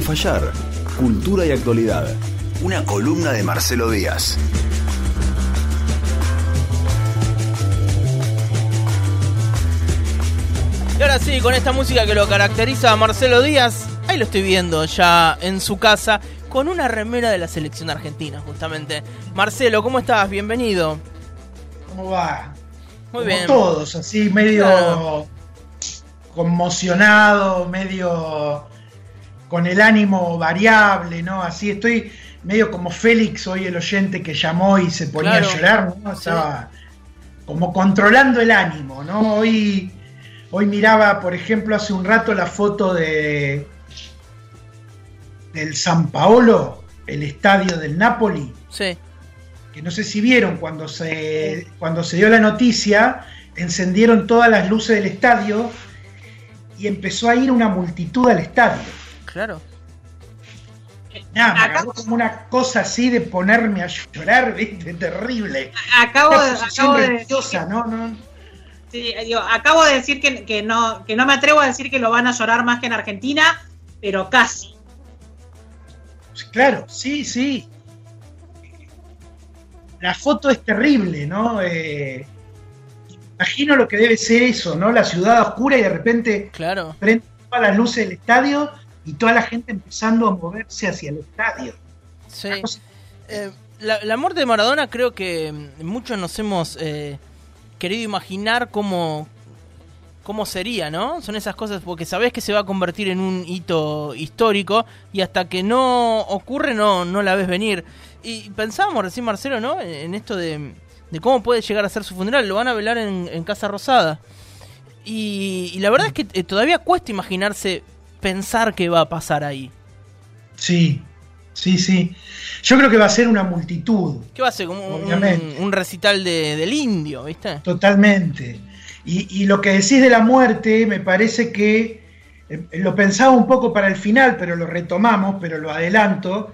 puede fallar. Cultura y actualidad. Una columna de Marcelo Díaz. Y ahora sí, con esta música que lo caracteriza a Marcelo Díaz, ahí lo estoy viendo ya en su casa, con una remera de la selección argentina, justamente. Marcelo, ¿cómo estás? Bienvenido. ¿Cómo va? Muy Como bien. Todos, así medio conmocionado, medio con el ánimo variable, ¿no? Así estoy medio como Félix, hoy el oyente que llamó y se ponía a llorar, ¿no? Estaba como controlando el ánimo, ¿no? Hoy miraba, por ejemplo, hace un rato la foto del San Paolo, el estadio del Napoli. Sí. Que no sé si vieron, cuando se dio la noticia, encendieron todas las luces del estadio y empezó a ir una multitud al estadio. Claro. Nada, me agarró como una cosa así de ponerme a llorar, ¿viste? Terrible. Acabo de religiosa, ¿no? Sí, acabo de decir que no me atrevo a decir que lo van a llorar más que en Argentina, pero casi. Claro, sí. La foto es terrible, ¿no? Imagino lo que debe ser eso, ¿no? La ciudad oscura y de repente prenden todas las luces del estadio y toda la gente empezando a moverse hacia el estadio. Sí. La muerte de Maradona, creo que muchos nos hemos querido imaginar cómo sería, ¿no? Son esas cosas porque sabés que se va a convertir en un hito histórico y hasta que no ocurre no la ves venir. Y pensábamos recién, Marcelo, ¿no? En esto de cómo puede llegar a ser su funeral. Lo van a velar en Casa Rosada. Y la verdad es que todavía cuesta imaginarse, pensar qué va a pasar ahí. Sí. Yo creo que va a ser una multitud. ¿Qué va a ser? Como un recital del Indio, ¿viste? Totalmente. Y lo que decís de la muerte, me parece que lo pensaba un poco para el final, pero lo retomamos, pero lo adelanto.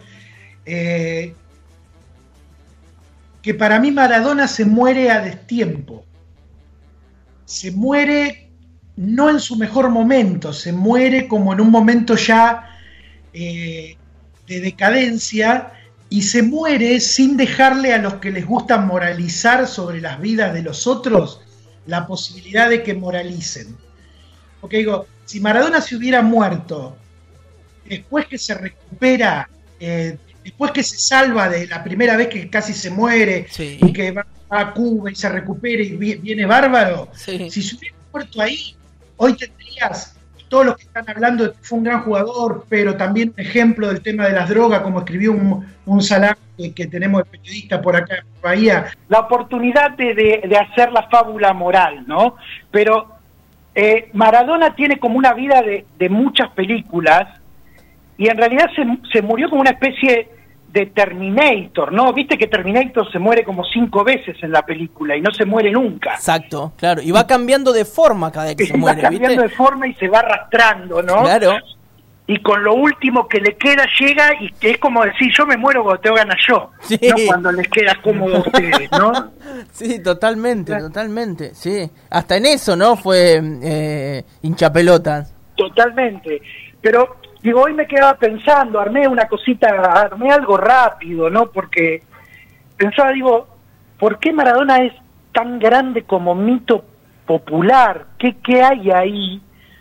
Que para mí Maradona se muere a destiempo. Se muere no en su mejor momento, se muere como en un momento ya de decadencia, y se muere sin dejarle a los que les gusta moralizar sobre las vidas de los otros la posibilidad de que moralicen. Porque digo, si Maradona se hubiera muerto después que se recupera, después que se salva de la primera vez que casi se muere, y que va a Cuba y se recupera y viene bárbaro, si se hubiera muerto ahí, hoy tendrías todos los que están hablando de que fue un gran jugador, pero también un ejemplo del tema de las drogas, como escribió un Salah que tenemos el periodista por acá en Bahía. La oportunidad de hacer la fábula moral, ¿no? Pero Maradona tiene como una vida de muchas películas, y en realidad se murió como una especie de Terminator, ¿no? Viste que Terminator se muere como 5 veces en la película y no se muere nunca. Exacto, claro. Y va cambiando de forma cada vez que se muere, va cambiando de forma y se va arrastrando, ¿no? Claro. Y con lo último que le queda llega, y que es como decir, yo me muero cuando tengo ganas yo, no cuando les queda cómodo a ustedes, ¿no? Sí, totalmente, sí. Hasta en eso, ¿no? Fue hinchapelotas. Totalmente. Pero digo, hoy me quedaba pensando, armé algo rápido, ¿no? Porque pensaba, digo, ¿por qué Maradona es tan grande como mito popular? ¿Qué hay ahí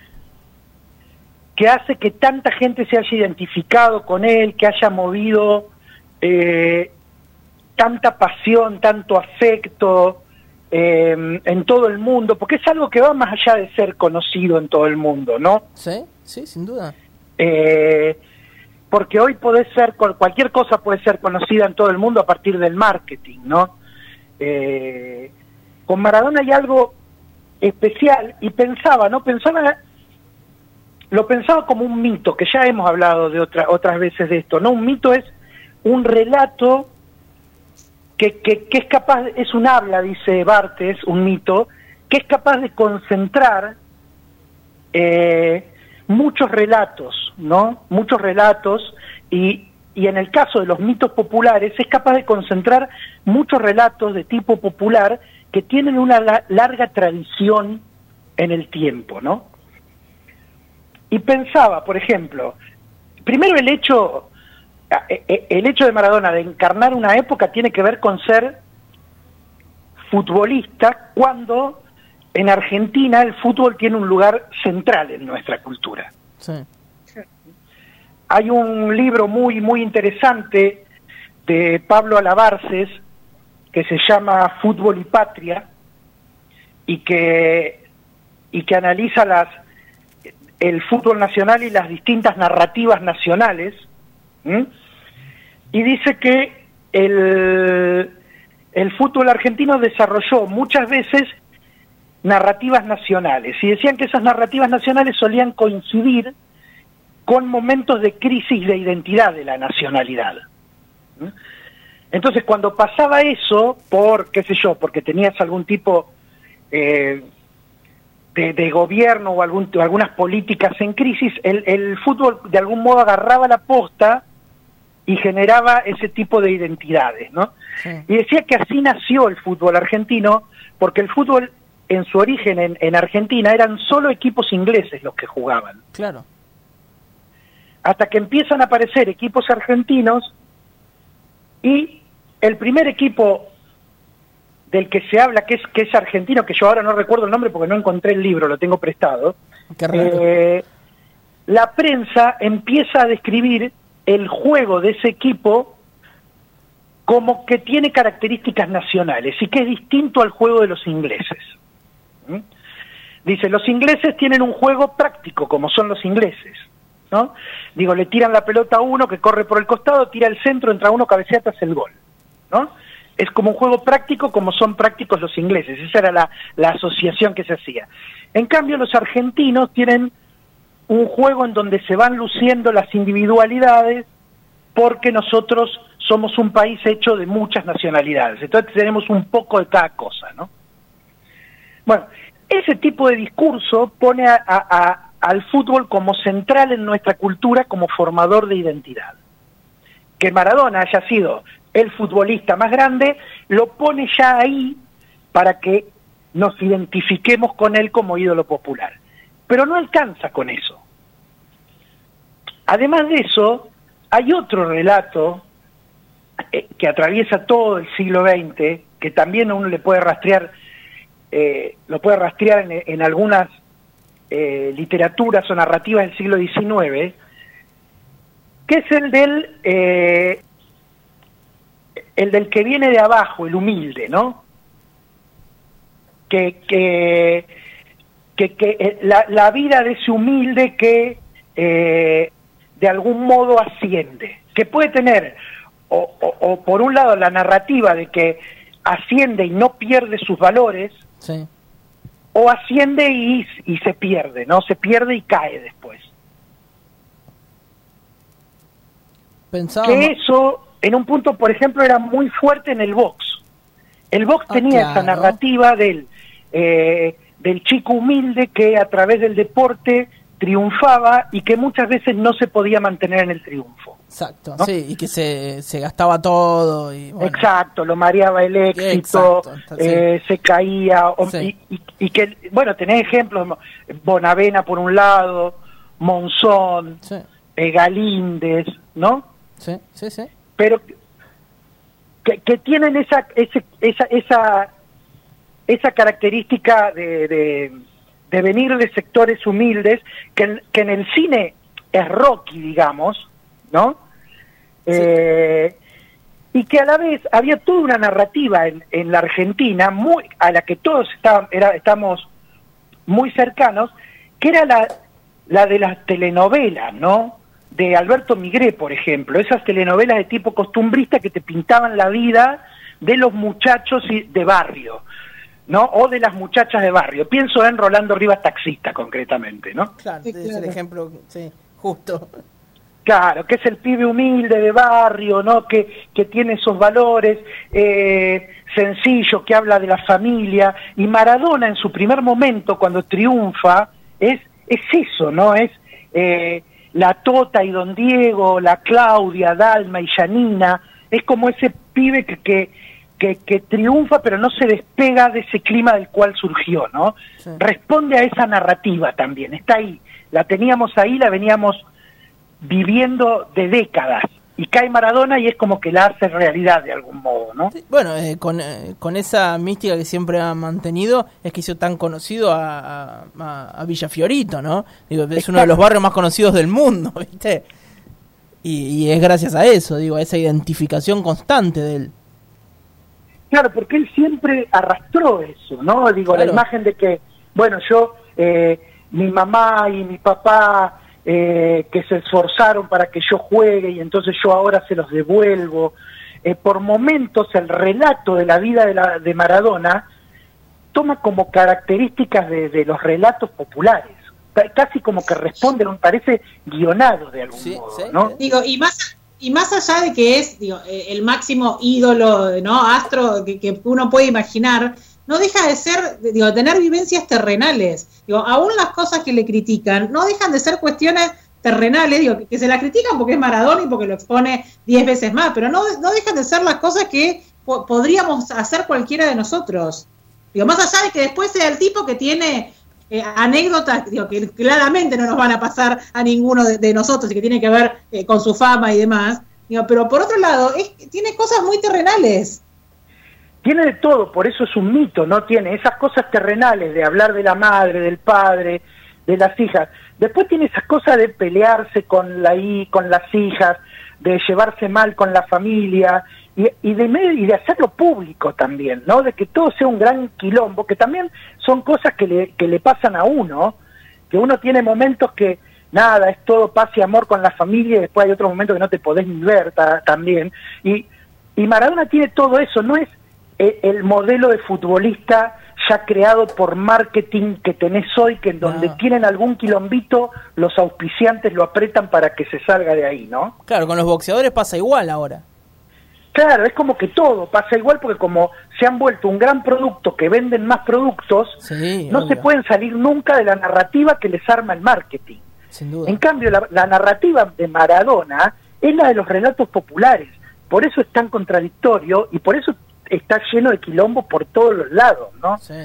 que hace que tanta gente se haya identificado con él, que haya movido tanta pasión, tanto afecto en todo el mundo? Porque es algo que va más allá de ser conocido en todo el mundo, ¿no? Sí, sin duda. Porque hoy cualquier cosa puede ser conocida en todo el mundo a partir del marketing, ¿no? Con Maradona hay algo especial, y lo pensaba como un mito, que ya hemos hablado de otras veces de esto, ¿no? Un mito es un relato que es capaz, es un habla, dice Barthes, un mito, que es capaz de concentrar muchos relatos, ¿no? Muchos relatos, y en el caso de los mitos populares es capaz de concentrar muchos relatos de tipo popular que tienen una larga tradición en el tiempo, ¿no? Y pensaba, por ejemplo, primero el hecho de Maradona de encarnar una época tiene que ver con ser futbolista, cuando en Argentina el fútbol tiene un lugar central en nuestra cultura. Sí. Hay un libro muy, muy interesante de Pablo Alabarces que se llama Fútbol y Patria y que analiza el fútbol nacional y las distintas narrativas nacionales, y dice que el fútbol argentino desarrolló muchas veces narrativas nacionales, y decían que esas narrativas nacionales solían coincidir con momentos de crisis de identidad de la nacionalidad. Entonces, cuando pasaba eso, porque tenías algún tipo de gobierno o algunas políticas en crisis, el fútbol de algún modo agarraba la posta y generaba ese tipo de identidades, ¿no? Sí. Y decía que así nació el fútbol argentino, porque el fútbol en su origen en Argentina eran solo equipos ingleses los que jugaban. Claro. Hasta que empiezan a aparecer equipos argentinos, y el primer equipo del que se habla, que es argentino, que yo ahora no recuerdo el nombre porque no encontré el libro, lo tengo prestado. La prensa empieza a describir el juego de ese equipo como que tiene características nacionales y que es distinto al juego de los ingleses. Dice, los ingleses tienen un juego práctico, como son los ingleses, ¿no? Digo, le tiran la pelota a uno que corre por el costado, tira el centro, entra uno, cabecea, hace el gol, ¿no? Es como un juego práctico como son prácticos los ingleses. Esa era la asociación que se hacía. En cambio, los argentinos tienen un juego en donde se van luciendo las individualidades, porque nosotros somos un país hecho de muchas nacionalidades. Entonces tenemos un poco de cada cosa, ¿no? Bueno, ese tipo de discurso pone al fútbol como central en nuestra cultura, como formador de identidad. Que Maradona haya sido el futbolista más grande, lo pone ya ahí para que nos identifiquemos con él como ídolo popular. Pero no alcanza con eso. Además de eso, hay otro relato que atraviesa todo el siglo XX, que también uno le puede rastrear, lo puede rastrear en algunas literaturas o narrativas del siglo XIX, que es el del que viene de abajo, el humilde, ¿no? La vida de ese humilde que de algún modo asciende, que puede tener o por un lado la narrativa de que asciende y no pierde sus valores, sí, o asciende y se pierde, ¿no? Se pierde y cae después. Que eso, en un punto, por ejemplo, era muy fuerte en el box. El box tenía claro, esa narrativa del chico humilde que a través del deporte triunfaba y que muchas veces no se podía mantener en el triunfo. Exacto, ¿no? sí, y que se gastaba todo. Y, bueno. Exacto, lo mareaba el éxito, se caía, sí. y que, bueno, tenés ejemplos, Bonavena por un lado, Monzón, sí, Galíndez, ¿no? Sí, sí, sí. Pero que tienen esa característica de venir de sectores humildes, que en el cine es Rocky, digamos, ¿no? Sí. Y que a la vez había toda una narrativa en la Argentina a la que todos estamos muy cercanos, que era la de las telenovelas, ¿no? De Alberto Migré, por ejemplo, esas telenovelas de tipo costumbrista que te pintaban la vida de los muchachos de barrio, ¿no? O de las muchachas de barrio. Pienso en Rolando Rivas Taxista, concretamente, ¿no? Claro, sí, es el ejemplo, sí, justo. Claro, que es el pibe humilde de barrio, ¿no? Que tiene esos valores, sencillo, que habla de la familia. Y Maradona, en su primer momento, cuando triunfa, es eso, ¿no? Es la Tota y Don Diego, la Claudia, Dalma y Yanina. Es como ese pibe que triunfa, pero no se despega de ese clima del cual surgió, ¿no? Sí. Responde a esa narrativa también, está ahí. La teníamos ahí, la veníamos viviendo de décadas. Y cae Maradona y es como que la hace realidad de algún modo, ¿no? Sí, bueno, con esa mística que siempre ha mantenido, es que hizo tan conocido a Villafiorito, ¿no? Digo, es uno de los barrios más conocidos del mundo, ¿viste? Y es gracias a eso, digo, a esa identificación constante de él. Claro, porque él siempre arrastró eso, ¿no? Digo, claro. La imagen de que, bueno, mi mamá y mi papá... que se esforzaron para que yo juegue y entonces yo ahora se los devuelvo. Por momentos el relato de la vida de Maradona toma como características de los relatos populares, casi como que responden, parece guionado de algún modo, ¿no? Digo, y más allá de que es el máximo ídolo, ¿no? Astro que uno puede imaginar, no deja de ser, tener vivencias terrenales. Aún las cosas que le critican no dejan de ser cuestiones terrenales, que se las critican porque es Maradona y porque lo expone 10 veces más, pero no dejan de ser las cosas que podríamos hacer cualquiera de nosotros. Más allá de que después sea el tipo que tiene anécdotas que claramente no nos van a pasar a ninguno de nosotros y que tiene que ver con su fama y demás, pero por otro lado, tiene cosas muy terrenales. Tiene de todo, por eso es un mito, ¿no? Tiene esas cosas terrenales de hablar de la madre, del padre, de las hijas. Después tiene esas cosas de pelearse con las hijas, de llevarse mal con la familia y de hacerlo público también, ¿no? De que todo sea un gran quilombo, que también son cosas que le pasan a uno, que uno tiene momentos que nada, es todo paz y amor con la familia y después hay otros momentos que no te podés ni ver también. Y Maradona tiene todo eso, no es el modelo de futbolista ya creado por marketing que tenés hoy, que en donde tienen algún quilombito, los auspiciantes lo apretan para que se salga de ahí, ¿no? Claro, con los boxeadores pasa igual ahora. Claro, es como que todo pasa igual porque como se han vuelto un gran producto que venden más productos, no obvio. Se pueden salir nunca de la narrativa que les arma el marketing. Sin duda. En cambio, la narrativa de Maradona es la de los relatos populares. Por eso es tan contradictorio y por eso está lleno de quilombo por todos los lados, ¿no? Sí.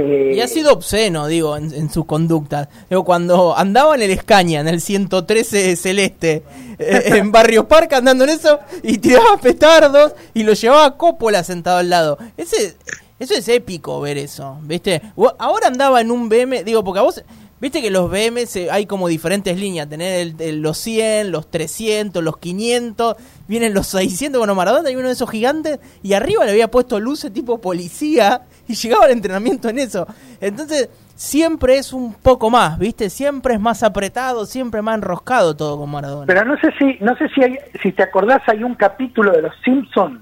Y ha sido obsceno, en su conducta. Cuando andaba en el Escaña, en el 113 Celeste, en Barrio Parque andando en eso, y tiraba petardos y lo llevaba a Coppola sentado al lado. Eso es épico ver eso, ¿viste? Ahora andaba en un BM, porque a vos... Viste que los BM hay como diferentes líneas, tener los 100, los 300, los 500, vienen los 600, bueno, Maradona hay uno de esos gigantes y arriba le había puesto luces tipo policía y llegaba al entrenamiento en eso. Entonces siempre es un poco más, ¿viste? Siempre es más apretado, siempre más enroscado todo con Maradona. Pero no sé si te acordás, hay un capítulo de Los Simpson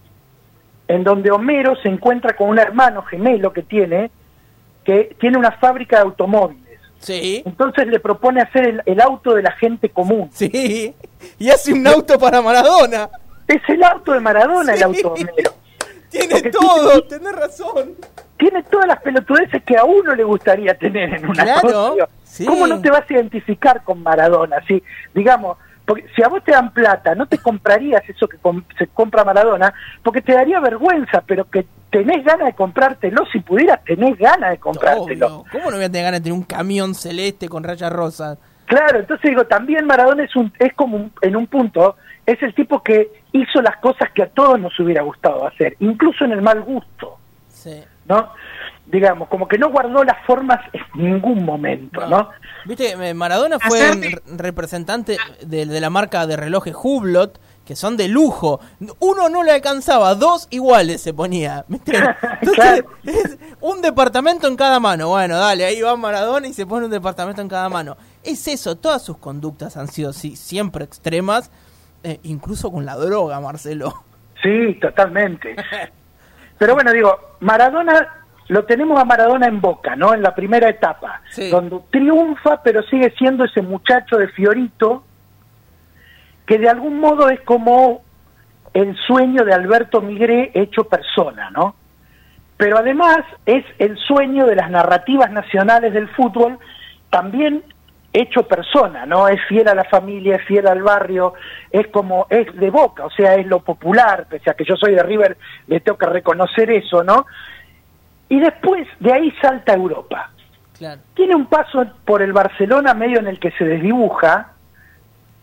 en donde Homero se encuentra con un hermano gemelo que tiene una fábrica de automóviles. Sí. Entonces le propone hacer el auto de la gente común. Sí, y hace un auto para Maradona. Es el auto de Maradona, sí. El auto Homero. Tiene todo, tenés razón. Tiene todas las pelotudeces que a uno le gustaría tener en una cosa. Sí. ¿Cómo no te vas a identificar con Maradona? Si, digamos, porque si a vos te dan plata, no te comprarías eso que se compra Maradona, porque te daría vergüenza, pero que tenés ganas de comprártelo, si pudieras, tenés ganas de comprártelo. Obvio. ¿Cómo no voy a tener ganas de tener un camión celeste con rayas rosas? Claro, entonces digo, también Maradona es como en un punto, es el tipo que hizo las cosas que a todos nos hubiera gustado hacer, incluso en el mal gusto. Sí. ¿No? Digamos, como que no guardó las formas en ningún momento, ¿no? Viste, Maradona fue representante de la marca de relojes Hublot, que son de lujo. Uno no le alcanzaba, 2 iguales se ponía. ¿Viste? Entonces, claro. Es un departamento en cada mano. Bueno, dale, ahí va Maradona y se pone un departamento en cada mano. Es eso, todas sus conductas han sido siempre extremas, incluso con la droga, Marcelo. Sí, totalmente. Pero bueno, digo, Maradona... Lo tenemos a Maradona en Boca, ¿no? En la primera etapa, sí. Donde triunfa, pero sigue siendo ese muchacho de Fiorito, que de algún modo es como el sueño de Alberto Migré hecho persona, ¿no? Pero además es el sueño de las narrativas nacionales del fútbol, también hecho persona, ¿no? Es fiel a la familia, es fiel al barrio, es de Boca, o sea, es lo popular, pese a que yo soy de River, le tengo que reconocer eso, ¿no? Y después de ahí salta a Europa. Claro. Tiene un paso por el Barcelona medio en el que se desdibuja,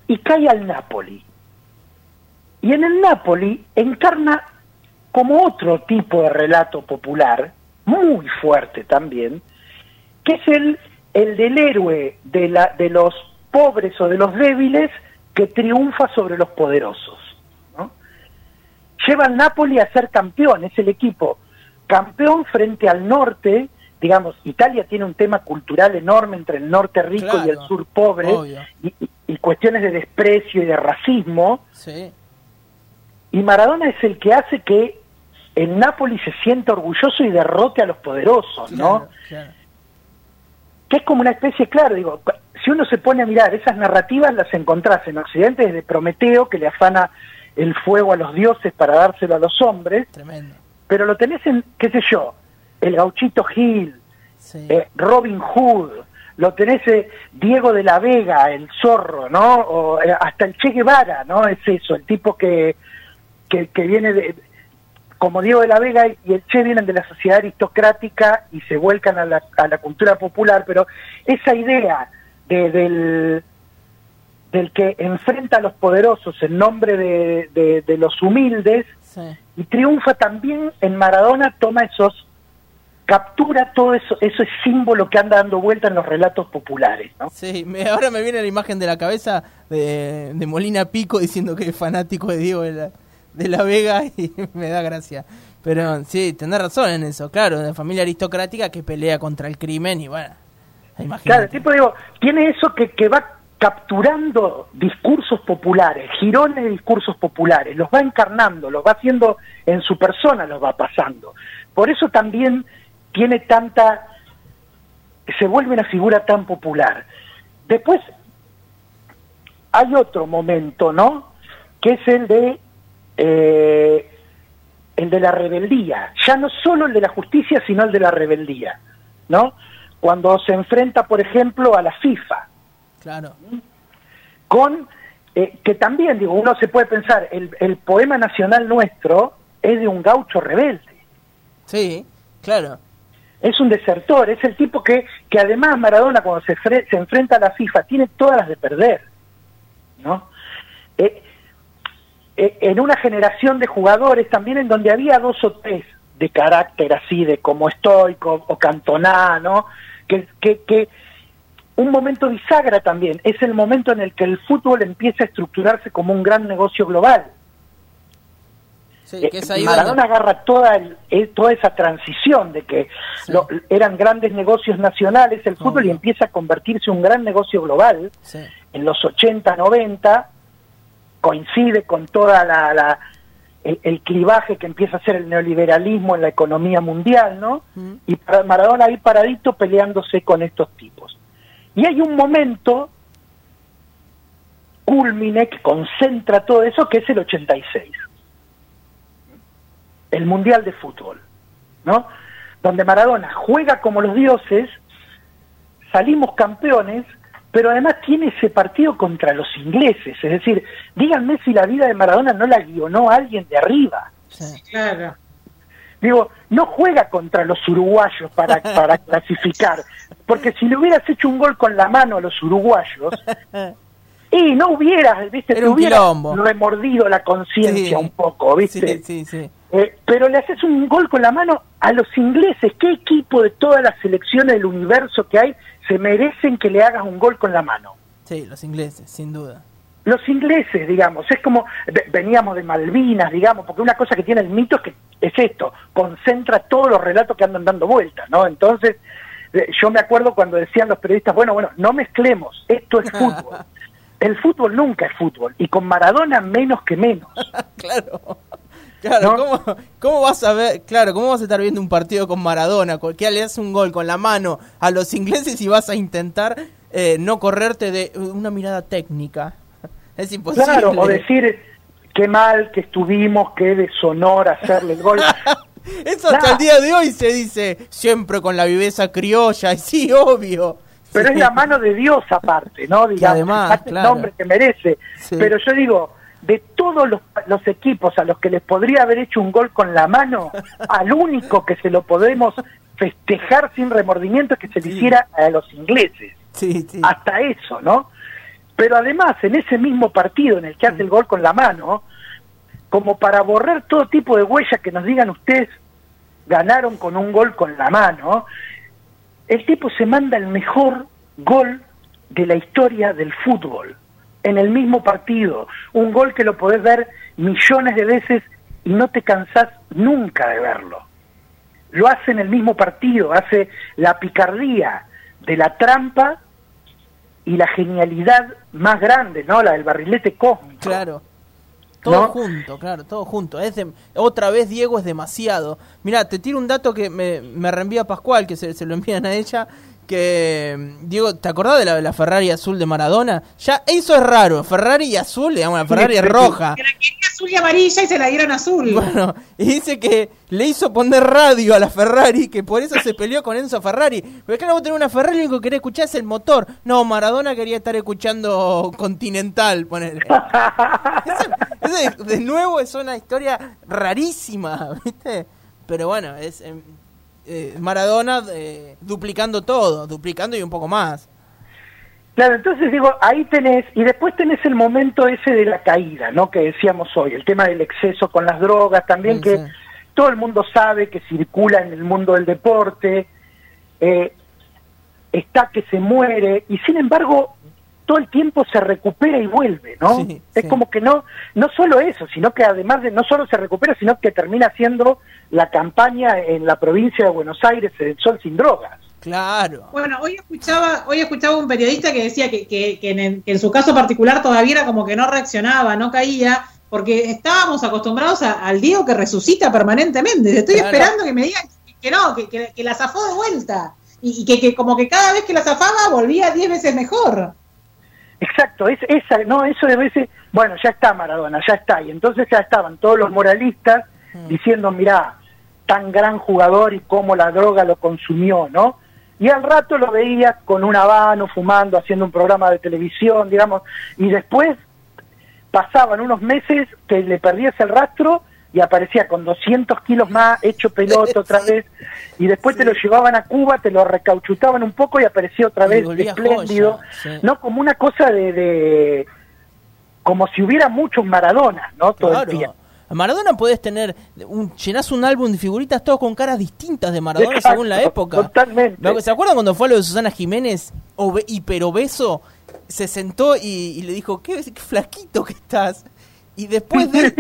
y cae al Napoli. Y en el Napoli encarna como otro tipo de relato popular, muy fuerte también, que es el del héroe de los pobres o de los débiles que triunfa sobre los poderosos, ¿no? Lleva al Napoli a ser campeón, es el equipo campeón frente al norte. Digamos, Italia tiene un tema cultural enorme entre el norte rico, claro, y el sur pobre, y cuestiones de desprecio y de racismo. Sí. Y Maradona es el que hace que el Napoli se sienta orgulloso y derrote a los poderosos, ¿no? Claro, claro. Que es como una especie, claro, digo, si uno se pone a mirar esas narrativas, las encontrás en Occidente desde Prometeo, que le afana el fuego a los dioses para dárselo a los hombres. Tremendo. Pero lo tenés en, qué sé yo, el Gauchito Gil, sí, Robin Hood, lo tenés Diego de la Vega, el zorro, ¿no? O hasta el Che Guevara, ¿no? Es eso, el tipo que viene de, como Diego de la Vega y el Che vienen de la sociedad aristocrática y se vuelcan a la cultura popular, pero esa idea del que enfrenta a los poderosos en nombre de los humildes, sí, y triunfa también en Maradona, captura todo eso, ese símbolo que anda dando vuelta en los relatos populares, ¿no? Sí, ahora me viene la imagen de la cabeza de Molina Pico diciendo que es fanático de Diego de la Vega y me da gracia. Pero sí, tenés razón en eso, claro, de familia aristocrática que pelea contra el crimen y bueno, imagínate. Claro, el tipo, digo, tiene eso que va capturando discursos populares, girones de discursos populares, los va encarnando, los va haciendo en su persona, los va pasando. Por eso también tiene se vuelve una figura tan popular. Después hay otro momento, ¿no? Que es el de la rebeldía, ya no solo el de la justicia, sino el de la rebeldía, ¿no? Cuando se enfrenta, por ejemplo, a la FIFA. Claro. Con, que también, digo, uno se puede pensar, el poema nacional nuestro es de un gaucho rebelde. Sí, claro. Es un desertor, es el tipo que además Maradona cuando se enfrenta a la FIFA tiene todas las de perder, ¿no? En una generación de jugadores también en donde había 2 o 3 de carácter así, de como Stoico o Cantona, ¿no? Que un momento bisagra también, es el momento en el que el fútbol empieza a estructurarse como un gran negocio global. Sí, que es ahí Maradona agarra toda esa transición de que sí, eran grandes negocios nacionales el fútbol, y empieza a convertirse en un gran negocio global. Sí. En los 80, 90, coincide con toda el clivaje que empieza a hacer el neoliberalismo en la economía mundial, ¿no? Y Maradona ahí paradito peleándose con estos tipos. Y hay un momento cúlmine que concentra todo eso, que es el 86. El Mundial de Fútbol, ¿no? Donde Maradona juega como los dioses, salimos campeones, pero además tiene ese partido contra los ingleses. Es decir, díganme si la vida de Maradona no la guionó alguien de arriba. Sí. Claro. Digo, no juega contra los uruguayos para clasificar, porque si le hubieras hecho un gol con la mano a los uruguayos, y no hubieras, ¿viste? Era te un hubieras quilombo, remordido la conciencia, sí, un poco, ¿viste? Sí, sí, sí. Pero le haces un gol con la mano a los ingleses. ¿Qué equipo de todas las selecciones del universo que hay se merecen que le hagas un gol con la mano? Sí, los ingleses, sin duda. Los ingleses, digamos, es como, veníamos de Malvinas, digamos, porque una cosa que tiene el mito es que es esto, concentra todos los relatos que andan dando vueltas, ¿no? Entonces, yo me acuerdo cuando decían los periodistas, bueno, no mezclemos, esto es fútbol. El fútbol nunca es fútbol, y con Maradona menos que menos. Claro. Claro, ¿no? ¿Cómo vas a ver? Claro, ¿cómo vas a estar viendo un partido con Maradona? Que le das un gol con la mano a los ingleses y vas a intentar no correrte de una mirada técnica. Es imposible. Claro, o decir qué mal que estuvimos, qué deshonor hacerle el gol. Eso hasta el día de hoy se dice, siempre con la viveza criolla, y sí, obvio. Pero sí, es la mano de Dios aparte, ¿no? Digamos, además, el claro, nombre que merece. Sí. Pero yo digo, de todos los equipos a los que les podría haber hecho un gol con la mano, al único que se lo podemos festejar sin remordimiento es que se le hiciera a los ingleses. Sí, sí. Hasta eso, ¿no? Pero además, en ese mismo partido en el que hace el gol con la mano, como para borrar todo tipo de huellas que nos digan ustedes ganaron con un gol con la mano, el tipo se manda el mejor gol de la historia del fútbol, en el mismo partido, un gol que lo podés ver millones de veces y no te cansás nunca de verlo. Lo hace en el mismo partido, hace la picardía de la trampa y la genialidad más grande, ¿no? La del barrilete cósmico. Claro. Todo ¿no? junto, claro, todo junto. Otra vez, Diego, es demasiado. Mirá, te tiro un dato que me reenvía Pascual, que se lo envían a ella, que, Diego, ¿te acordás de la Ferrari azul de Maradona? Ya, eso es raro, Ferrari azul, digamos, la Ferrari es roja. Que la quería azul y amarilla y se la dieron azul. Bueno, y dice que le hizo poner radio a la Ferrari, que por eso se peleó con Enzo Ferrari. Porque claro, vos tenés una Ferrari y lo único que querés escuchar es el motor. No, Maradona quería estar escuchando Continental, ponele. De nuevo es una historia rarísima, ¿viste? Pero bueno, es Maradona duplicando todo, duplicando y un poco más. Claro, entonces digo, ahí tenés, y después tenés el momento ese de la caída, ¿no? Que decíamos hoy, el tema del exceso con las drogas, también que todo el mundo sabe que circula en el mundo del deporte, está que se muere, y sin embargo todo el tiempo se recupera y vuelve, ¿no? Sí, es sí. como que no solo eso, sino que además de no solo se recupera, sino que termina haciendo la campaña en la provincia de Buenos Aires, el Sol sin drogas. Claro. Bueno, hoy escuchaba un periodista que decía que en su caso particular todavía era como que no reaccionaba, no caía, porque estábamos acostumbrados al Diego que resucita permanentemente. Estoy esperando que me digan que la zafó de vuelta y que como que cada vez que la zafaba volvía 10 veces mejor. Exacto, eso de veces, bueno, ya está Maradona, ya está, y entonces ya estaban todos los moralistas diciendo, mirá, tan gran jugador y cómo la droga lo consumió, ¿no? Y al rato lo veías con un habano, fumando, haciendo un programa de televisión, digamos, y después pasaban unos meses que le perdías el rastro y aparecía con 200 kilos más, hecho pelota otra vez, y después te lo llevaban a Cuba, te lo recauchutaban un poco y aparecía otra vez espléndido, ¿no? Como una cosa de como si hubiera muchos Maradonas, ¿no? Todo el tiempo. A Maradona podés tener, llenás un álbum de figuritas todos con caras distintas de Maradona. Exacto, según la época. Totalmente. ¿Se acuerdan cuando fue a lo de Susana Jiménez, hiperobeso, se sentó y le dijo, qué flaquito que estás? Y después de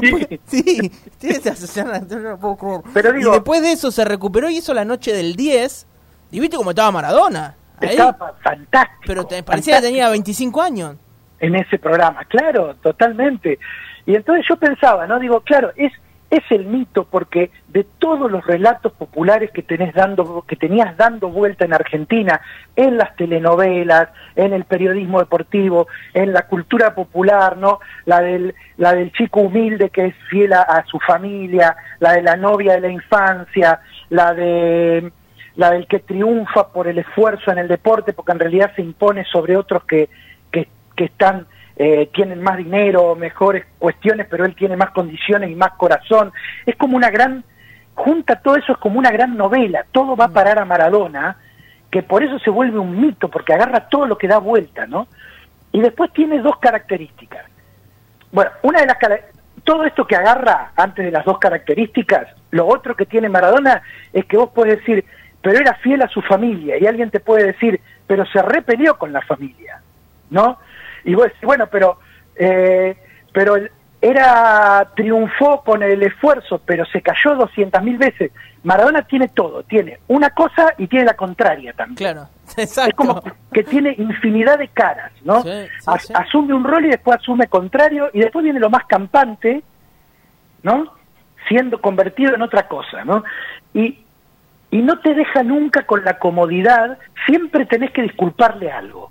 no puedo creer. Pero digo, y después de eso se recuperó y hizo la noche del 10. Y viste cómo estaba Maradona. Estaba fantástico. Pero parecía que tenía 25 años. En ese programa, claro, totalmente. Y entonces yo pensaba, ¿no? Digo, claro, es el mito, porque de todos los relatos populares que tenías dando vuelta en Argentina, en las telenovelas, en el periodismo deportivo, en la cultura popular, ¿no? La del chico humilde que es fiel a su familia, la de la novia de la infancia, la del que triunfa por el esfuerzo en el deporte, porque en realidad se impone sobre otros que están tienen más dinero, mejores cuestiones, pero él tiene más condiciones y más corazón. Es como junta todo eso, es como una gran novela, todo va a parar a Maradona, que por eso se vuelve un mito, porque agarra todo lo que da vuelta, ¿no? Y después tiene dos características. Bueno, todo esto que agarra antes de las dos características, lo otro que tiene Maradona es que vos podés decir, pero era fiel a su familia, y alguien te puede decir, pero se repelió con la familia, ¿no? Y vos decís, bueno, pero triunfó con el esfuerzo, pero se cayó 200.000 veces. Maradona tiene todo, tiene una cosa y tiene la contraria también. Claro, exacto. Es como que tiene infinidad de caras, ¿no? Sí. Asume un rol y después asume contrario, y después viene lo más campante, ¿no? Siendo convertido en otra cosa, ¿no? Y no te deja nunca con la comodidad, siempre tenés que disculparle algo.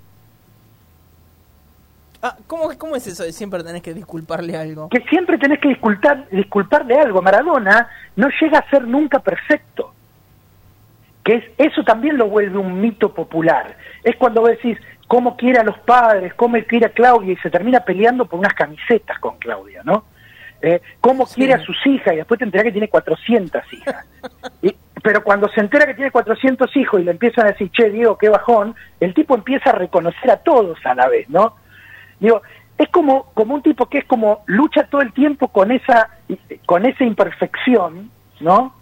¿Cómo es eso de siempre tenés que disculparle algo? Que siempre tenés que disculparle algo. Maradona no llega a ser nunca perfecto. Eso también lo vuelve un mito popular. Es cuando vos decís, cómo quiere a los padres, cómo quiere a Claudia, y se termina peleando por unas camisetas con Claudia, ¿no? Cómo quiere a sus hijas, y después te enterás que tiene 400 hijas. Pero cuando se entera que tiene 400 hijos y le empiezan a decir, che, Diego, qué bajón, el tipo empieza a reconocer a todos a la vez, ¿no? Digo, es como un tipo que es como lucha todo el tiempo con esa imperfección, ¿no?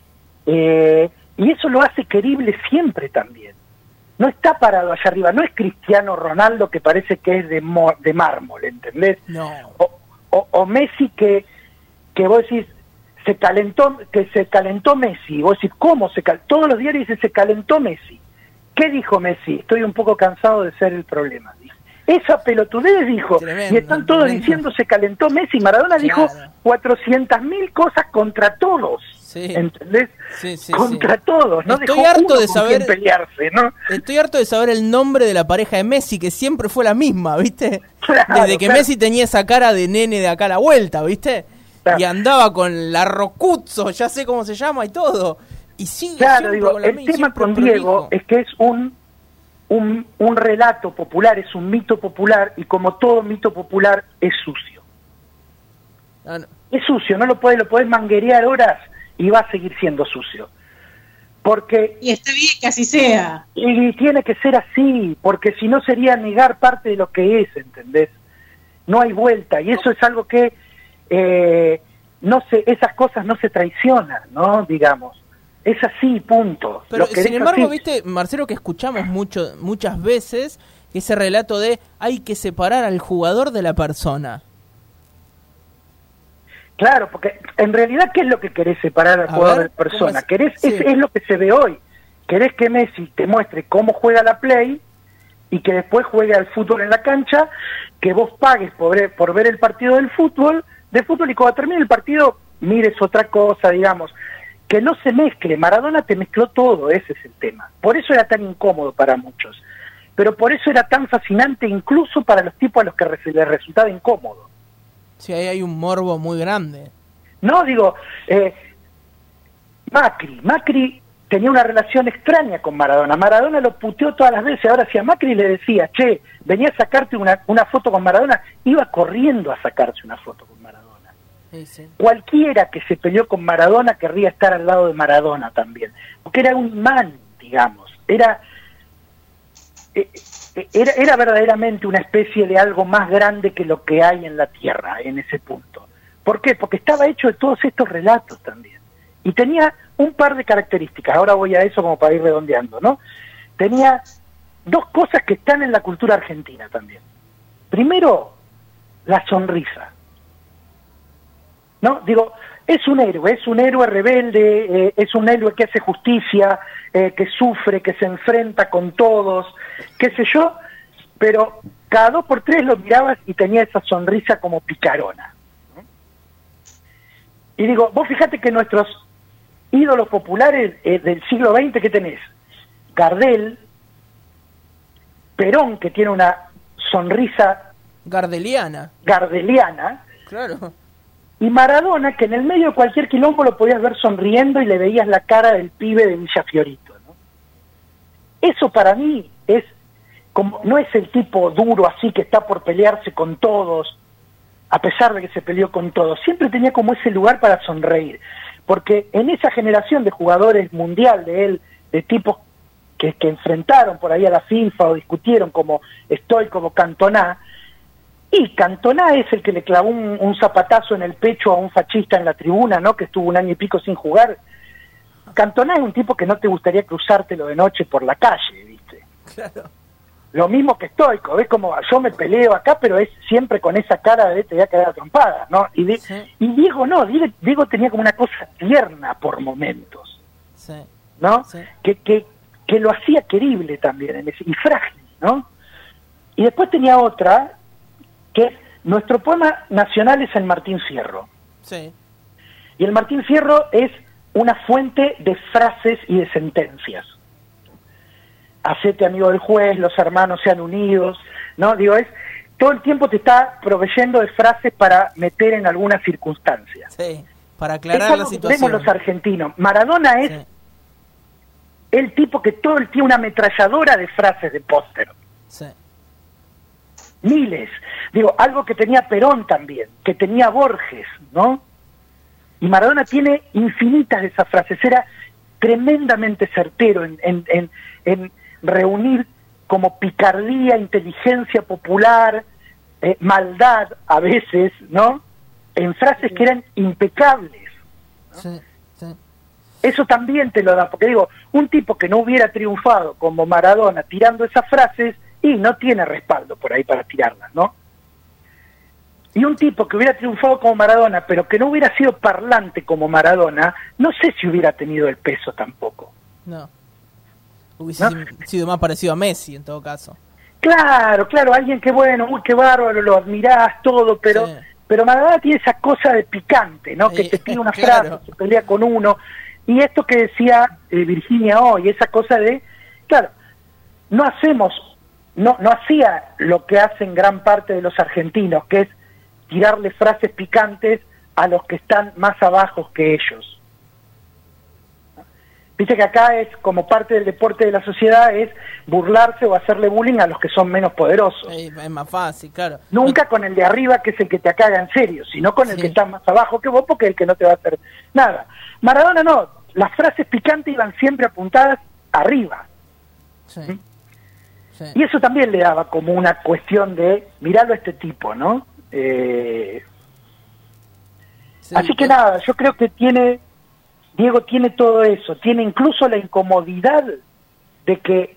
Y eso lo hace querible siempre también. No está parado allá arriba, no es Cristiano Ronaldo que parece que es de mármol, ¿entendés? No. O Messi que vos decís, se calentó Messi, vos decís, ¿cómo se calentó? Todos los diarios dicen, se calentó Messi. ¿Qué dijo Messi? Estoy un poco cansado de ser el problema. Esa pelotudez dijo, Tremendo, y están todos diciendo se calentó Messi. Maradona dijo 400.000 cosas contra todos, ¿entendés? Sí, contra todos, no estoy dejó harto uno de con saber, quien pelearse, ¿no? Estoy harto de saber el nombre de la pareja de Messi, que siempre fue la misma, ¿viste? Claro, desde que Messi tenía esa cara de nene de acá a la vuelta, ¿viste? Claro. Y andaba con la Rocuzzo, ya sé cómo se llama y todo. Y sigue claro, digo, con la el tema con Diego es que es un relato popular, es un mito popular, y como todo mito popular es sucio. No. Es sucio, no lo podés manguerear horas y va a seguir siendo sucio. Porque y está bien que así sea. Y tiene que ser así, porque si no sería negar parte de lo que es, ¿entendés? No hay vuelta, y eso es algo que esas cosas no se traicionan, ¿no? Digamos. Es así, punto. Pero sin embargo, así. Viste, Marcelo, que escuchamos muchas veces ese relato de hay que separar al jugador de la persona. Claro, porque en realidad, ¿qué es lo que querés separar al jugador de la persona? Es lo que se ve hoy. Querés que Messi te muestre cómo juega la Play y que después juegue al fútbol en la cancha, que vos pagues por ver el partido de fútbol y cuando termine el partido mires otra cosa, digamos. Que no se mezcle. Maradona te mezcló todo, ese es el tema. Por eso era tan incómodo para muchos. Pero por eso era tan fascinante incluso para los tipos a los que les resultaba incómodo. Sí, ahí hay un morbo muy grande. No, digo, Macri tenía una relación extraña con Maradona. Maradona lo puteó todas las veces. Ahora, si a Macri le decía, che, venía a sacarte una foto con Maradona, iba corriendo a sacarse una foto con Maradona. Sí. Cualquiera que se peleó con Maradona querría estar al lado de Maradona también, porque era un imán, digamos, era verdaderamente una especie de algo más grande que lo que hay en la Tierra en ese punto. ¿Por qué? Porque estaba hecho de todos estos relatos también, y tenía un par de características. Ahora voy a eso como para ir redondeando, ¿no? Tenía dos cosas que están en la cultura argentina también. Primero, la sonrisa. No, digo, es un héroe rebelde, es un héroe que hace justicia, que sufre, que se enfrenta con todos, qué sé yo, pero cada 2 por 3 lo mirabas y tenía esa sonrisa como picarona, ¿no? Y digo, vos fíjate que nuestros ídolos populares del siglo XX, ¿qué tenés? Gardel, Perón, que tiene una sonrisa gardeliana, claro. Y Maradona, que en el medio de cualquier quilombo lo podías ver sonriendo y le veías la cara del pibe de Villa Fiorito, ¿no? Eso para mí es como, no es el tipo duro así que está por pelearse con todos, a pesar de que se peleó con todos. Siempre tenía como ese lugar para sonreír, porque en esa generación de jugadores mundial de él, de tipos que enfrentaron por ahí a la FIFA o discutieron como Stoico o Cantona, y Cantona es el que le clavó un zapatazo en el pecho a un fascista en la tribuna, ¿no? Que estuvo 1 año y pico sin jugar. Cantona es un tipo que no te gustaría cruzártelo de noche por la calle, ¿viste? Claro. Lo mismo que Stoico, ves como yo me peleo acá, pero es siempre con esa cara de te voy a quedar a trompada, ¿no? Y Diego no, Diego tenía como una cosa tierna por momentos, ¿no? Sí. Que lo hacía querible también, y frágil, ¿no? Y después tenía otra, que nuestro poema nacional es el Martín Fierro. Sí. Y el Martín Fierro es una fuente de frases y de sentencias. Hacete amigo del juez, los hermanos sean unidos, ¿no? Digo, todo el tiempo te está proveyendo de frases para meter en alguna circunstancia. Sí, para aclarar la situación. Vemos los argentinos. Maradona es el tipo que todo el tiempo una ametralladora de frases de póster. Sí. Miles. Digo, algo que tenía Perón también, que tenía Borges, ¿no? Y Maradona tiene infinitas de esas frases. Era tremendamente certero en reunir como picardía, inteligencia popular, maldad a veces, ¿no? En frases que eran impecables. Sí, sí. Eso también te lo da, porque digo, un tipo que no hubiera triunfado como Maradona tirando esas frases, y no tiene respaldo por ahí para tirarlas, ¿no? Y un tipo que hubiera triunfado como Maradona, pero que no hubiera sido parlante como Maradona, no sé si hubiera tenido el peso tampoco. No. Hubiese sido más parecido a Messi, en todo caso. Claro, alguien que bueno, uy, qué bárbaro, lo admirás, todo, pero... Sí. Pero Maradona tiene esa cosa de picante, ¿no? Que te tira una claro. frase, se pelea con uno. Y esto que decía Virginia hoy, esa cosa de, claro, no hacía lo que hacen gran parte de los argentinos, que es tirarle frases picantes a los que están más abajo que ellos. Viste que acá es como parte del deporte de la sociedad, es burlarse o hacerle bullying a los que son menos poderosos. Es más fácil, claro. Nunca con el de arriba, que es el que te caga en serio, sino con el que está más abajo que vos, porque es el que no te va a hacer nada. Maradona no, las frases picantes iban siempre apuntadas arriba. Sí. Sí. Y eso también le daba como una cuestión de, miralo a este tipo, ¿no? Sí, así que nada, yo creo que Diego tiene todo eso, tiene incluso la incomodidad de que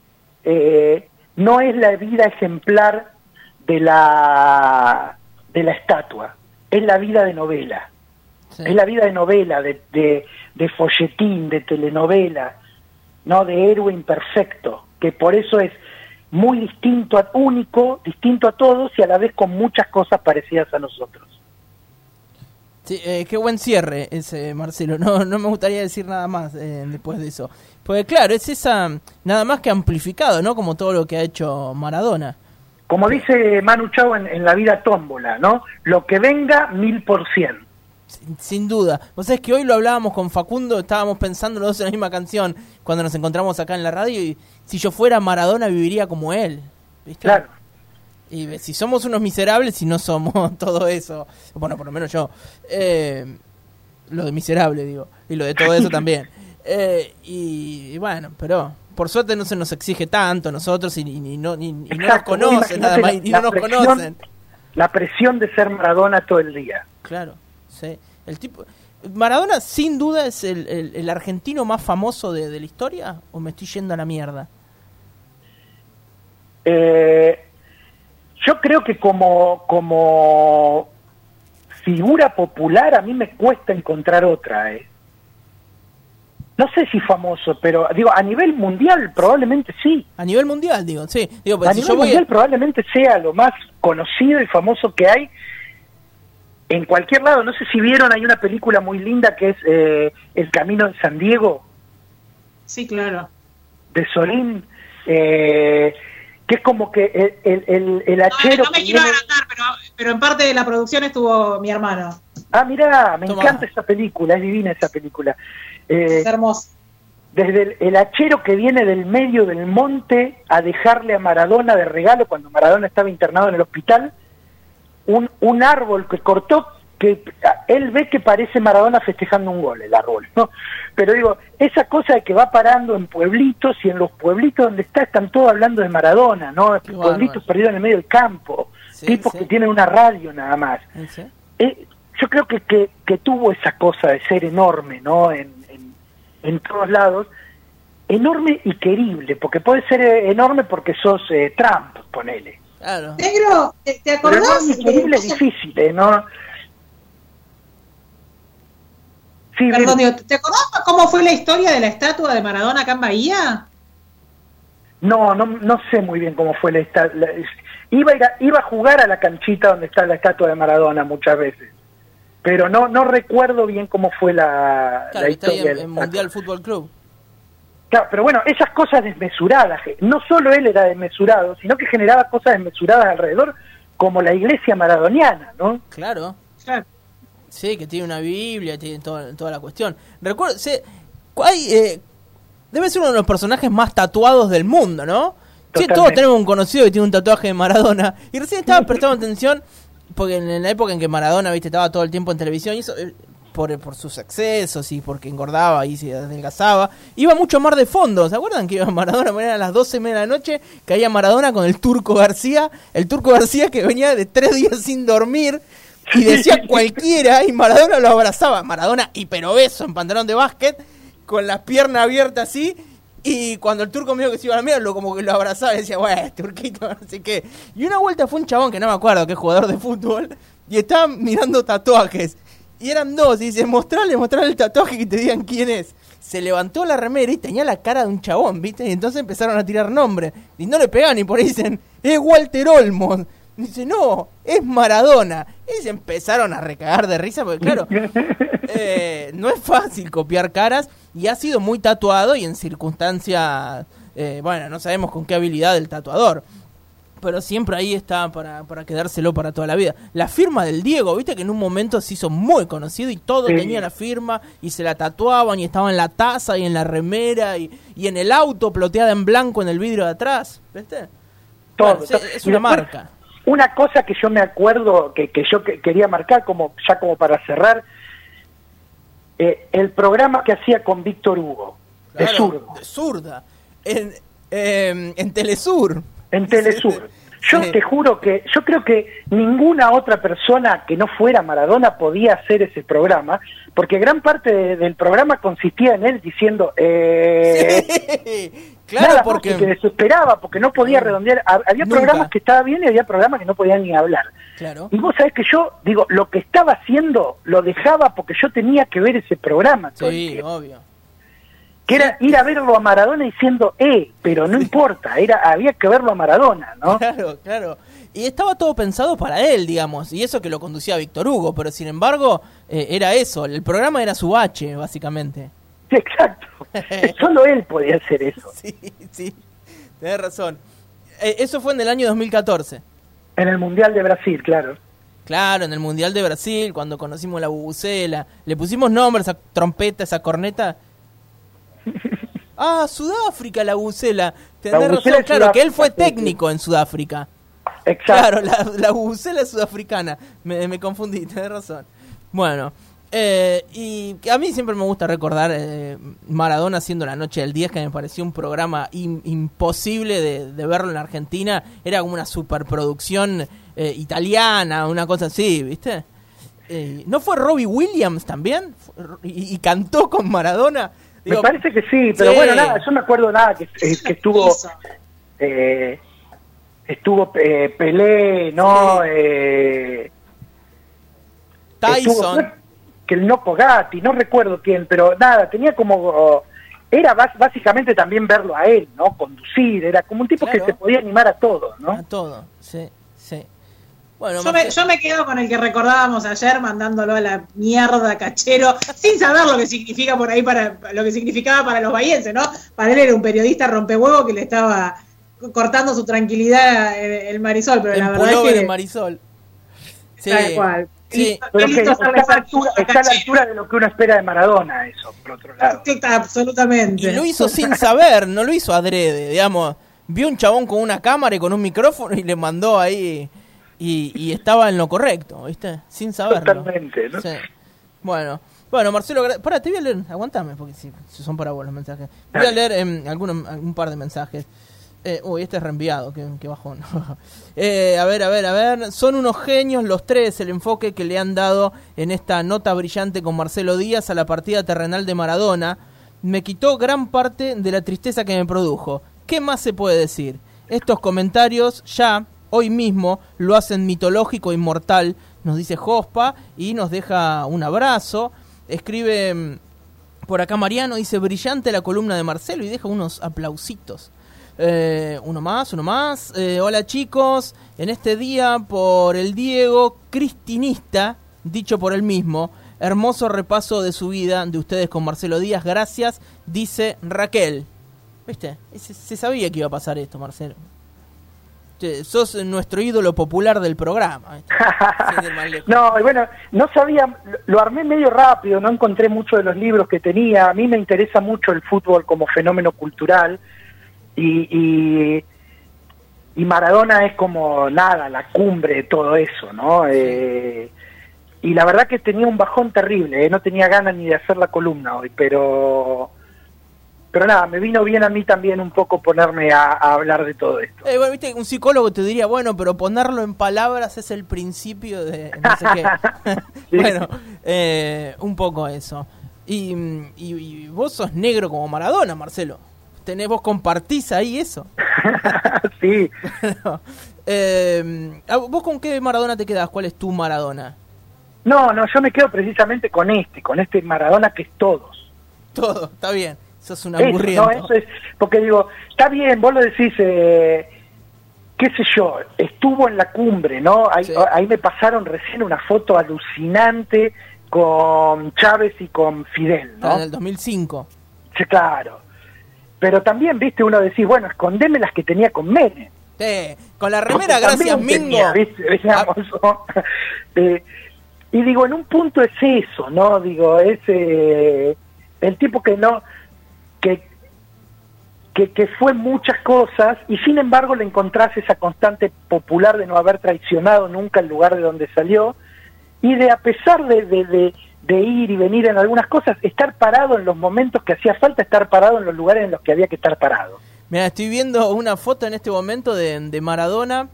no es la vida ejemplar de la estatua, es la vida de novela, sí. Es la vida de novela, de folletín, de telenovela, no de héroe imperfecto, que por eso es muy único, distinto a todos y a la vez con muchas cosas parecidas a nosotros. Sí, qué buen cierre ese, Marcelo. No me gustaría decir nada más después de eso. Porque claro, es esa, nada más que amplificado, ¿no? Como todo lo que ha hecho Maradona. Como dice Manu Chao en La vida tómbola, ¿no? Lo que venga, 1000%. Sin duda. Vos sabés que hoy lo hablábamos con Facundo, estábamos pensando los dos en la misma canción cuando nos encontramos acá en la radio, y si yo fuera Maradona viviría como él, ¿viste? Claro. Y si somos unos miserables, si no somos todo eso, bueno, por lo menos yo, lo de miserable digo, y lo de todo eso también, y bueno, pero por suerte no se nos exige tanto a nosotros, y no nos conocen nada más, y no nos conocen. La presión de ser Maradona todo el día. Claro, sí. El tipo, Maradona sin duda es el argentino más famoso de la historia, ¿o me estoy yendo a la mierda? Yo creo que como figura popular a mí me cuesta encontrar otra. No sé si famoso, pero digo, a nivel mundial probablemente sí. A nivel mundial, digo, sí. Digo, pues, a nivel mundial probablemente sea lo más conocido y famoso que hay en cualquier lado. No sé si vieron, hay una película muy linda que es El Camino de San Diego. Sí, claro. De Solín. Que es como que el hachero... No me quiero adelantar, pero en parte de la producción estuvo mi hermano. Ah, mirá, me encanta esa película, es divina esa película. Es hermoso. Desde el hachero que viene del medio del monte a dejarle a Maradona de regalo, cuando Maradona estaba internado en el hospital, un árbol que cortó, que él ve que parece Maradona festejando un gol, el árbol, ¿no? Pero digo, esa cosa de que va parando en pueblitos, y en los pueblitos donde están todos hablando de Maradona, ¿no? Qué Pueblitos bárbaro. Perdidos en el medio del campo, Sí, tipos sí. que tienen una radio nada más. ¿Sí? Yo creo que tuvo esa cosa de ser enorme, ¿no? En todos lados, enorme y querible, porque puede ser enorme porque sos Trump, ponele. Claro. Negro, ¿te Pero acordás? enorme y querible es difícil, ¿no? Sí, Perdón, digo, ¿te acordás cómo fue la historia de la estatua de Maradona acá en Bahía? No sé muy bien cómo fue iba a jugar a la canchita donde está la estatua de Maradona muchas veces, pero no recuerdo bien cómo fue la Claro, está ahí historia en Mundial Fútbol Club. Claro, pero bueno, esas cosas desmesuradas, no solo él era desmesurado, sino que generaba cosas desmesuradas alrededor, como la iglesia maradoniana, ¿no? Claro. Claro. Sí, que tiene una Biblia, tiene toda la cuestión. Recuerdo, debe ser uno de los personajes más tatuados del mundo, ¿no? Sí, todos tenemos un conocido que tiene un tatuaje de Maradona. Y recién estaba prestando atención, porque en la época en que Maradona, viste, estaba todo el tiempo en televisión, y eso, por sus excesos y porque engordaba y se adelgazaba, iba mucho más de fondo. ¿Se acuerdan que iba Maradona? A las 12:30 de la noche caía Maradona con el Turco García que venía de 3 días sin dormir y decía cualquiera y Maradona lo abrazaba. Maradona hiperobeso en pantalón de básquet, con las piernas abiertas así, y cuando el Turco medio que se iba a la mierda, como que lo abrazaba y decía, bueno, Turquito, no sé qué. Y una vuelta fue un chabón que no me acuerdo, que es jugador de fútbol, y estaba mirando tatuajes. Y eran dos, y dice, mostrale el tatuaje que te digan quién es. Se levantó la remera y tenía la cara de un chabón, ¿viste? Y entonces empezaron a tirar nombres. Y no le pegaban, y por ahí dicen, es Walter Olmos. Y dice, no, es Maradona. Y se empezaron a recagar de risa, porque claro, no es fácil copiar caras. Y ha sido muy tatuado y en circunstancias, bueno, no sabemos con qué habilidad el tatuador. Pero siempre ahí está para quedárselo para toda la vida. La firma del Diego, viste que en un momento se hizo muy conocido y todo tenía la firma y se la tatuaban y estaba en la taza y en la remera y en el auto ploteada en blanco en el vidrio de atrás, ¿viste? Todo. Bueno, es una marca. Una cosa que yo me acuerdo que yo quería marcar como para cerrar, el programa que hacía con Víctor Hugo, claro, de Zurdo. De Zurda, en Telesur. En Telesur. Yo te juro que yo creo que ninguna otra persona que no fuera Maradona podía hacer ese programa, porque gran parte del programa consistía en él diciendo sí, claro, nada, porque se desesperaba, porque no podía redondear. Había nunca. programas que estaban bien y había programas que no podían ni hablar. Claro. Y vos sabés que yo, digo, lo que estaba haciendo lo dejaba porque yo tenía que ver ese programa. Sí, obvio. Que era ir a verlo a Maradona diciendo, pero no importa, había que verlo a Maradona, ¿no? Claro, claro. Y estaba todo pensado para él, digamos, y eso que lo conducía Víctor Hugo, pero sin embargo, era eso, el programa era su bache, básicamente. Sí, exacto. Solo él podía hacer eso. Sí, tenés razón. Eso fue en el año 2014. En el Mundial de Brasil, claro. Claro, en el Mundial de Brasil, cuando conocimos la bubucela, le pusimos nombre a esa trompeta, esa corneta. Ah, Sudáfrica, la bubucela. Tenés razón, claro, que él fue técnico en Sudáfrica. Exacto. Claro, la bubucela es sudafricana. Me confundí, tenés razón. Bueno, y a mí siempre me gusta recordar Maradona haciendo La Noche del 10, que me pareció un programa imposible de verlo en la Argentina. Era como una superproducción italiana, una cosa así, ¿viste? ¿No fue Robbie Williams también? ¿Y cantó con Maradona? Digo, me parece que sí, pero sí. Bueno, nada, yo me acuerdo que estuvo Pelé, ¿no? Sí. Tyson. Que el no Pogatti, no recuerdo quién, pero nada, tenía como... Era básicamente también verlo a él, ¿no? Conducir, era como un tipo, claro, que se podía animar a todo, ¿no? A todo, sí. Bueno, yo me quedo con el que recordábamos ayer, mandándolo a la mierda, Cachero, sin saber lo que significa por ahí, lo que significaba para los bahienses, ¿no? Para él era un periodista rompehuevo que le estaba cortando su tranquilidad el Marisol, pero la verdad es que... el Marisol. Sí. Tal cual. Sí. Pero que está a la altura de lo que uno espera de Maradona, eso, por otro lado. Sí, absolutamente. Y lo hizo sin saber, no lo hizo adrede, digamos. Vio un chabón con una cámara y con un micrófono y le mandó ahí... Y estaba en lo correcto, ¿viste? Sin saberlo. Totalmente, ¿no? Sí. Bueno, Marcelo, pará, te voy a leer, aguantame, porque si son para vos los mensajes. Voy a leer un par de mensajes. Este es reenviado, que bajón. A ver. Son unos genios los tres, el enfoque que le han dado en esta nota brillante con Marcelo Díaz a la partida terrenal de Maradona. Me quitó gran parte de la tristeza que me produjo. ¿Qué más se puede decir? Estos comentarios ya... hoy mismo lo hacen mitológico e inmortal, nos dice Jospa, y nos deja un abrazo. Escribe por acá Mariano, dice, brillante la columna de Marcelo, y deja unos aplausitos. Uno más. Hola chicos, en este día por el Diego, cristinista, dicho por él mismo, hermoso repaso de su vida de ustedes con Marcelo Díaz, gracias, dice Raquel. ¿Viste? Se sabía que iba a pasar esto, Marcelo. Sos nuestro ídolo popular del programa. No, bueno, no sabía, lo armé medio rápido, no encontré mucho de los libros que tenía. A mí me interesa mucho el fútbol como fenómeno cultural y Maradona es como nada, la cumbre de todo eso, ¿no? Y y la verdad que tenía un bajón terrible, no tenía ganas ni de hacer la columna hoy, pero nada, me vino bien a mí también un poco ponerme a hablar de todo esto. Bueno, viste, un psicólogo te diría, bueno, pero ponerlo en palabras es el principio de no sé qué. Sí. Bueno, un poco eso. Y vos sos negro como Maradona, Marcelo. Vos compartís ahí eso. Sí. Bueno, ¿vos con qué Maradona te quedás? ¿Cuál es tu Maradona? No, yo me quedo precisamente con este Maradona que es todos. Todo, está bien. Sos un Eso, aburrido. no, eso es, porque digo, está bien, vos lo decís, qué sé yo, estuvo en la cumbre, ¿no? Sí. Ahí me pasaron recién una foto alucinante con Chávez y con Fidel, ¿no? En el 2005. Sí, claro. Pero también, viste, uno decís, bueno, escondeme las que tenía con Menem. Con la remera, Porque gracias también Mingo. tenía, ¿viste? Digamos, ¿no? Y digo, en un punto es eso, ¿no? Digo, es el tipo que no... Que fue muchas cosas y sin embargo le encontrás esa constante popular de no haber traicionado nunca el lugar de donde salió y de, a pesar de ir y venir en algunas cosas, estar parado en los momentos que hacía falta estar parado en los lugares en los que había que estar parado. Mira, estoy viendo una foto en este momento de Maradona,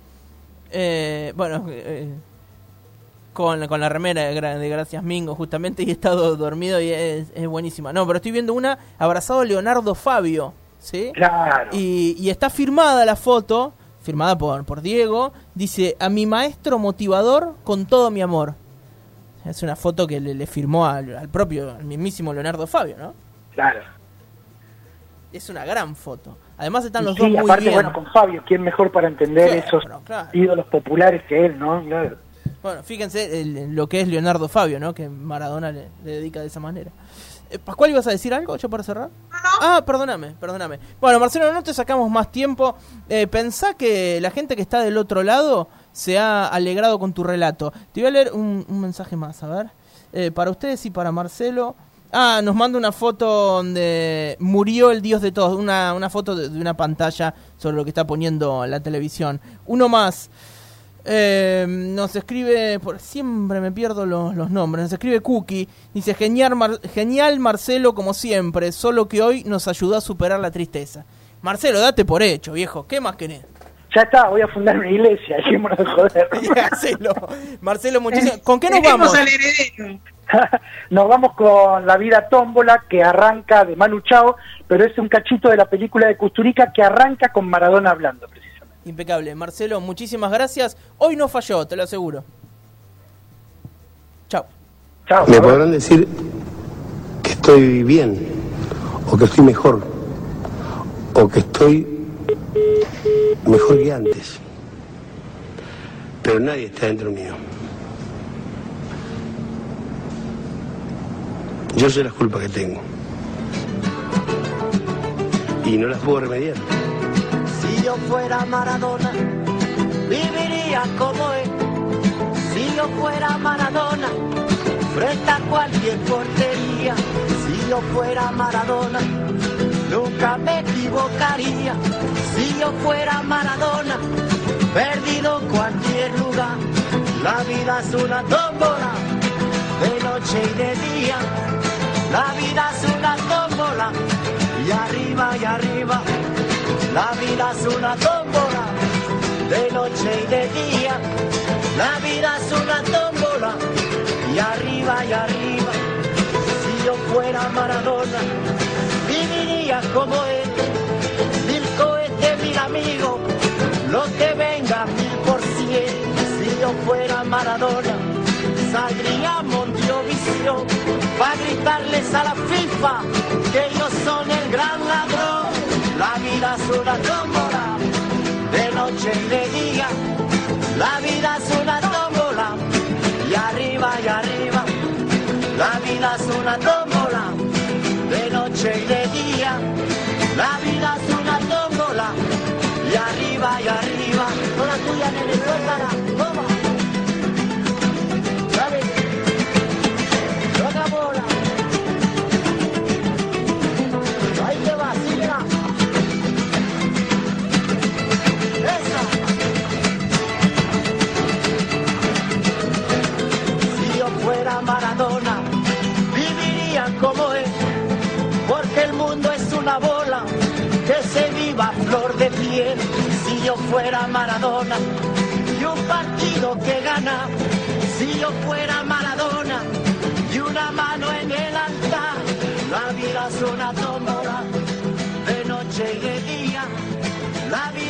con la remera de Gracias Mingo justamente, y he estado dormido y es buenísima. No, pero estoy viendo una abrazado a Leonardo Fabio, ¿sí? Claro. Y está firmada la foto, firmada por Diego, dice, a mi maestro motivador con todo mi amor. Es una foto que le firmó al mismísimo Leonardo Fabio, ¿no? Claro. Es una gran foto. Además están los sí, dos muy aparte, bien. bueno, con Fabio, ¿quién mejor para entender Sí, esos claro. ídolos populares que él, ¿no? Claro. Bueno, fíjense lo que es Leonardo Fabio, ¿no? Que Maradona le dedica de esa manera. Pascual, ¿ibas a decir algo ya para cerrar? No. Ah, perdóname. Bueno, Marcelo, no te sacamos más tiempo. Pensá que la gente que está del otro lado se ha alegrado con tu relato. Te voy a leer un mensaje más, a ver. Para ustedes y para Marcelo. Nos manda una foto donde murió el dios de todos. Una foto de una pantalla sobre lo que está poniendo la televisión. Uno más. Nos escribe, siempre me pierdo los nombres, nos escribe Cookie, dice, genial Marcelo como siempre, solo que hoy nos ayudó a superar la tristeza. Marcelo, date por hecho, viejo, ¿qué más querés? Ya está, voy a fundar una iglesia, dejémonos de joder. Marcelo, muchísimas. ¿Con qué nos vamos? Al heredero. Nos vamos con La vida tómbola, que arranca de Manu Chao, pero es un cachito de la película de Kusturica que arranca con Maradona hablando, precisamente. Impecable. Marcelo, muchísimas gracias. Hoy no falló, te lo aseguro. Chao. Chao. Me podrán decir que estoy bien, o que estoy mejor, o que estoy mejor que antes. Pero nadie está dentro mío. Yo sé las culpas que tengo. Y no las puedo remediar. Si yo fuera Maradona, viviría como él. Si yo fuera Maradona, frente a cualquier portería. Si yo fuera Maradona, nunca me equivocaría. Si yo fuera Maradona, perdido en cualquier lugar. La vida es una tómbola, de noche y de día. La vida es una tómbola, y arriba y arriba. La vida es una tómbola, de noche y de día. La vida es una tómbola, y arriba y arriba. Si yo fuera Maradona, viviría como él. 1000 cohetes, 1000 amigos, los que vengan 1000%. Si yo fuera Maradona, saldría a Monteovisión para gritarles a la FIFA que ellos son el gran ladrón. La vida es una tómbola, de noche y de día. La vida es una tómbola, y arriba y arriba. La vida es una tómbola, de noche y de día. La vida es una tómbola, y arriba y arriba. Toda tuya, nene, suéltala, toma. ¿Sabes? Otra bola. Ahí te va, síguela. Esa. Si yo fuera que se viva a flor de piel. Si yo fuera Maradona y un partido que gana, si yo fuera Maradona y una mano en el altar, la vida es una tómbola de noche y de día, la vida